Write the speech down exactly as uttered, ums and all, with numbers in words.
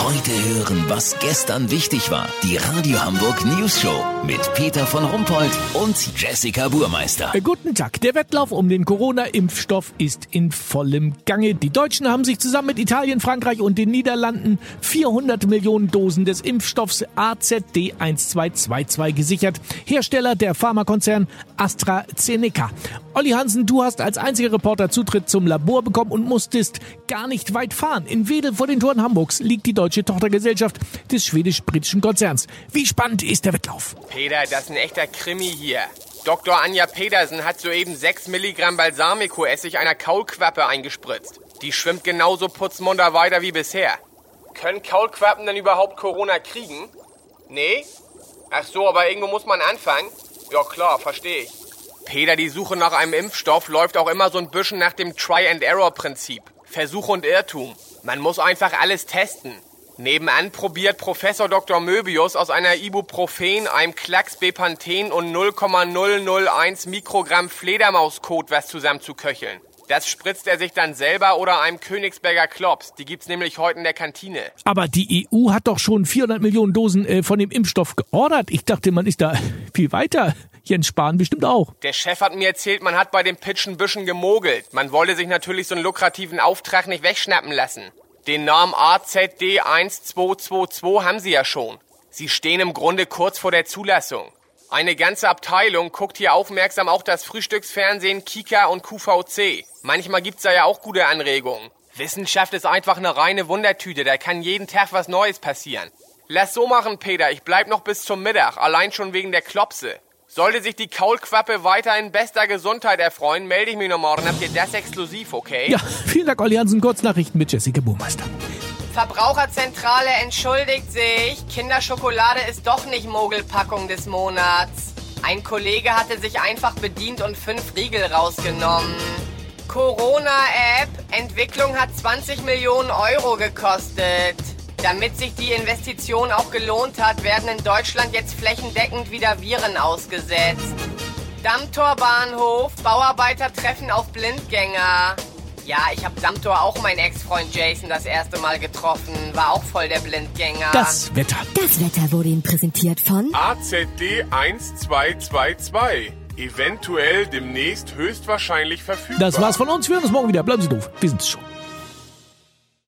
Heute hören, was gestern wichtig war. Die Radio Hamburg News Show mit Peter von Rumpold und Jessica Burmeister. Äh, guten Tag. Der Wettlauf um den Corona-Impfstoff ist in vollem Gange. Die Deutschen haben sich zusammen mit Italien, Frankreich und den Niederlanden vierhundert Millionen Dosen des Impfstoffs A Z D eins zwei zwei zwei gesichert. Hersteller der Pharmakonzern AstraZeneca. Olli Hansen, du hast als einziger Reporter Zutritt zum Labor bekommen und musstest gar nicht weit fahren. In Wedel vor den Toren Hamburgs liegt die deutsche Tochtergesellschaft des schwedisch-britischen Konzerns. Wie spannend ist der Wettlauf? Peter, das ist ein echter Krimi hier. Doktor Anja Pedersen hat soeben sechs Milligramm Balsamico-Essig einer Kaulquappe eingespritzt. Die schwimmt genauso putzmunter weiter wie bisher. Können Kaulquappen denn überhaupt Corona kriegen? Nee? Ach so, aber irgendwo muss man anfangen. Ja klar, verstehe ich. Peter, die Suche nach einem Impfstoff läuft auch immer so ein bisschen nach dem Try-and-Error-Prinzip. Versuch und Irrtum. Man muss einfach alles testen. Nebenan probiert Professor Doktor Möbius aus einer Ibuprofen, einem Klacks Bepanthen und null Komma null null eins Mikrogramm Fledermauskot was zusammenzuköcheln. Das spritzt er sich dann selber oder einem Königsberger Klops. Die gibt's nämlich heute in der Kantine. Aber die E U hat doch schon vierhundert Millionen Dosen äh, von dem Impfstoff geordert. Ich dachte, man ist da viel weiter. Jens Spahn bestimmt auch. Der Chef hat mir erzählt, man hat bei dem Pitch ein bisschen gemogelt. Man wollte sich natürlich so einen lukrativen Auftrag nicht wegschnappen lassen. Den Namen A Z D eins zwei zwei zwei haben sie ja schon. Sie stehen im Grunde kurz vor der Zulassung. Eine ganze Abteilung guckt hier aufmerksam auch das Frühstücksfernsehen, Kika und Q V C. Manchmal gibt's da ja auch gute Anregungen. Wissenschaft ist einfach eine reine Wundertüte, da kann jeden Tag was Neues passieren. Lass so machen, Peter, ich bleib noch bis zum Mittag, allein schon wegen der Klopse. Sollte sich die Kaulquappe weiter in bester Gesundheit erfreuen, melde ich mich noch morgen. Habt ihr das exklusiv, okay? Ja, vielen Dank, Olli Hansen. Kurznachrichten mit Jessica Burmeister. Verbraucherzentrale entschuldigt sich. Kinderschokolade ist doch nicht Mogelpackung des Monats. Ein Kollege hatte sich einfach bedient und fünf Riegel rausgenommen. Corona-App. Entwicklung hat zwanzig Millionen Euro gekostet. Damit sich die Investition auch gelohnt hat, werden in Deutschland jetzt flächendeckend wieder Viren ausgesetzt. Dammtor-Bahnhof. Bauarbeiter treffen auf Blindgänger. Ja, ich habe Dammtor auch meinen Ex-Freund Jason das erste Mal getroffen. War auch voll der Blindgänger. Das Wetter. Das Wetter wurde Ihnen präsentiert von A Z D eins zwei zwei zwei. Eventuell demnächst höchstwahrscheinlich verfügbar. Das war's von uns. Wir hören uns morgen wieder. Bleiben Sie doof. Wir sind's schon.